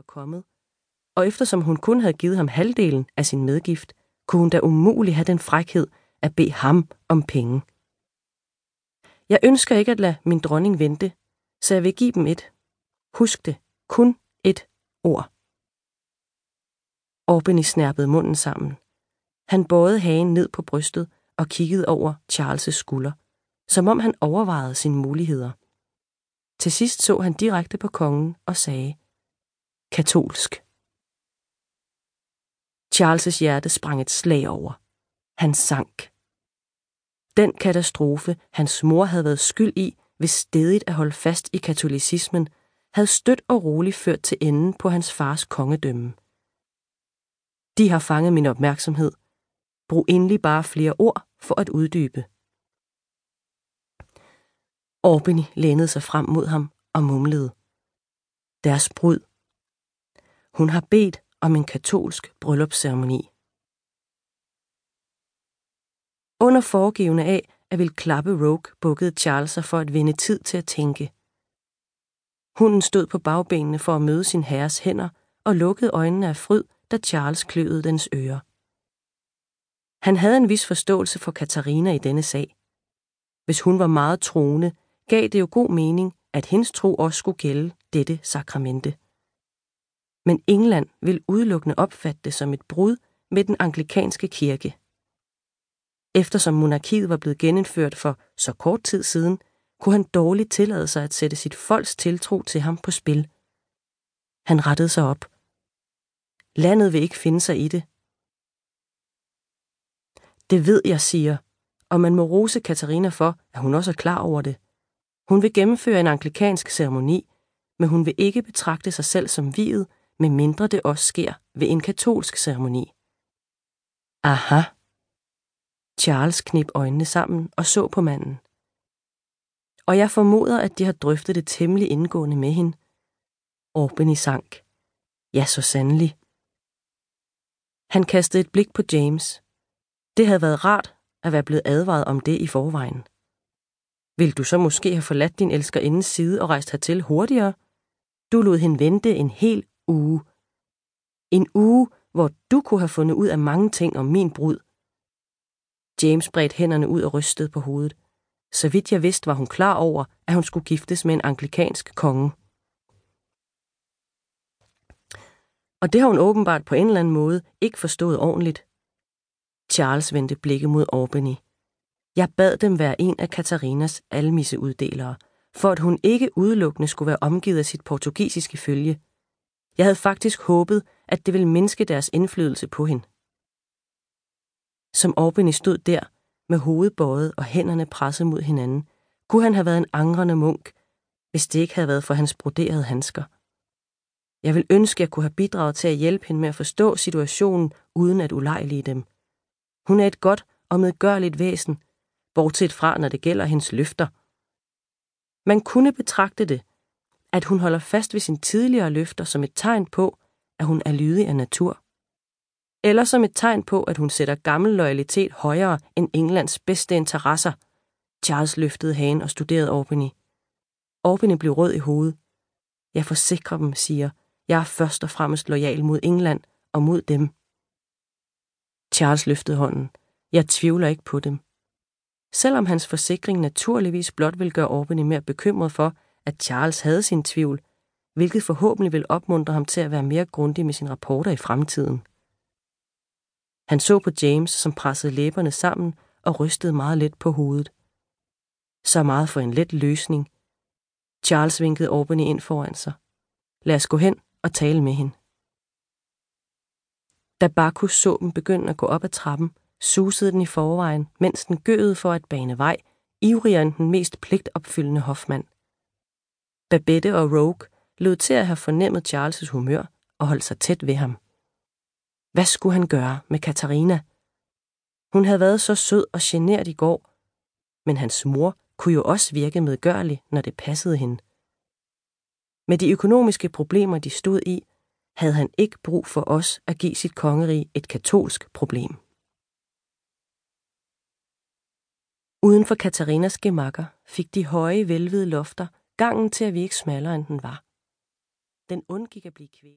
kommet, og eftersom hun kun havde givet ham halvdelen af sin medgift, kunne hun da umuligt have den frækhed at bede ham om penge. Jeg ønsker ikke at lade min dronning vente, så jeg vil give dem et. Husk det, kun et ord. Albany snærpede munden sammen. Han bøjede hagen ned på brystet og kiggede over Charles' skulder, som om han overvejede sine muligheder. Til sidst så han direkte på kongen og sagde, katolsk. Charles' hjerte sprang et slag over. Han sank. Den katastrofe, hans mor havde været skyld i ved stædigt at holde fast i katolicismen, havde støt og roligt ført til enden på hans fars kongedømme. De har fanget min opmærksomhed. Brug endelig bare flere ord for at uddybe. Albany lænede sig frem mod ham og mumlede. Deres brud. Hun har bedt om en katolsk bryllupsceremoni. Under foregivende af at ville klappe Rogue, bukkede Charles sig for at vinde tid til at tænke. Hunden stod på bagbenene for at møde sin herres hænder og lukkede øjnene af fryd, da Charles kløede dens ører. Han havde en vis forståelse for Katarina i denne sag. Hvis hun var meget troende, gav det jo god mening, at hendes tro også skulle gælde dette sakramente. Men England ville udelukkende opfatte det som et brud med den anglikanske kirke. Eftersom monarkiet var blevet genindført for så kort tid siden, kunne han dårligt tillade sig at sætte sit folks tiltro til ham på spil. Han rettede sig op. Landet vil ikke finde sig i det. Det ved jeg, siger, og man må rose Katarina for, at hun også er klar over det. Hun vil gennemføre en anglikansk ceremoni, men hun vil ikke betragte sig selv som viet, medmindre det også sker ved en katolsk ceremoni. Aha. Charles kneb øjnene sammen og så på manden. Og jeg formoder, at de har drøftet det temmelig indgående med hende. Albany sank. Ja, så sandelig. Han kastede et blik på James. Det havde været rart at være blevet advaret om det i forvejen. Vil du så måske have forladt din elskerindes side og rejst hertil hurtigere? Du lod hende vente en hel uge. En uge, hvor du kunne have fundet ud af mange ting om min brud. James bredte hænderne ud og rystede på hovedet. Så vidt jeg vidste, var hun klar over, at hun skulle giftes med en anglikansk konge. Og det har hun åbenbart på en eller anden måde ikke forstået ordentligt. Charles vendte blikket mod Albany. Jeg bad dem være en af Katarinas almisseuddelere, for at hun ikke udelukkende skulle være omgivet af sit portugisiske følge. Jeg havde faktisk håbet, at det ville mindske deres indflydelse på hende. Som Albany stod der, med hovedet bøjet og hænderne presset mod hinanden, kunne han have været en angrende munk, hvis det ikke havde været for hans broderede handsker. Jeg vil ønske, at jeg kunne have bidraget til at hjælpe hende med at forstå situationen, uden at ulejlige dem. Hun er et godt og medgørligt væsen, bortset fra, når det gælder hendes løfter. Man kunne betragte det, at hun holder fast ved sine tidligere løfter som et tegn på, at hun er lydig af natur. Eller som et tegn på, at hun sætter gammel loyalitet højere end Englands bedste interesser. Charles løftede hagen og studerede Albany. Albany blev rød i hovedet. Jeg forsikrer dem, siger, jeg er først og fremmest loyal mod England og mod dem. Charles løftede hånden. Jeg tvivler ikke på dem. Selvom hans forsikring naturligvis blot vil gøre Albany mere bekymret for, at Charles havde sin tvivl, hvilket forhåbentlig vil opmuntre ham til at være mere grundig med sine rapporter i fremtiden. Han så på James, som pressede læberne sammen og rystede meget let på hovedet. Så meget for en let løsning. Charles vinkede Albany ind foran sig. Lad os gå hen og tale med hende. Da Bacchus så dem begynde at gå op ad trappen, susede den i forvejen, mens den gøede for at bane vej, ivrigere end den mest pligtopfyldende hofmand. Babette og Rogue lod til at have fornemmet Charles' humør og holdt sig tæt ved ham. Hvad skulle han gøre med Katarina? Hun havde været så sød og genert i går, men hans mor kunne jo også virke medgørlig, når det passede hende. Med de økonomiske problemer, de stod i, havde han ikke brug for os at give sit kongerige et katolsk problem. Uden for Katarinas gemakker fik de høje, velvede lofter gangen til at virke smallere, end den var. Den undgik at blive kvælet.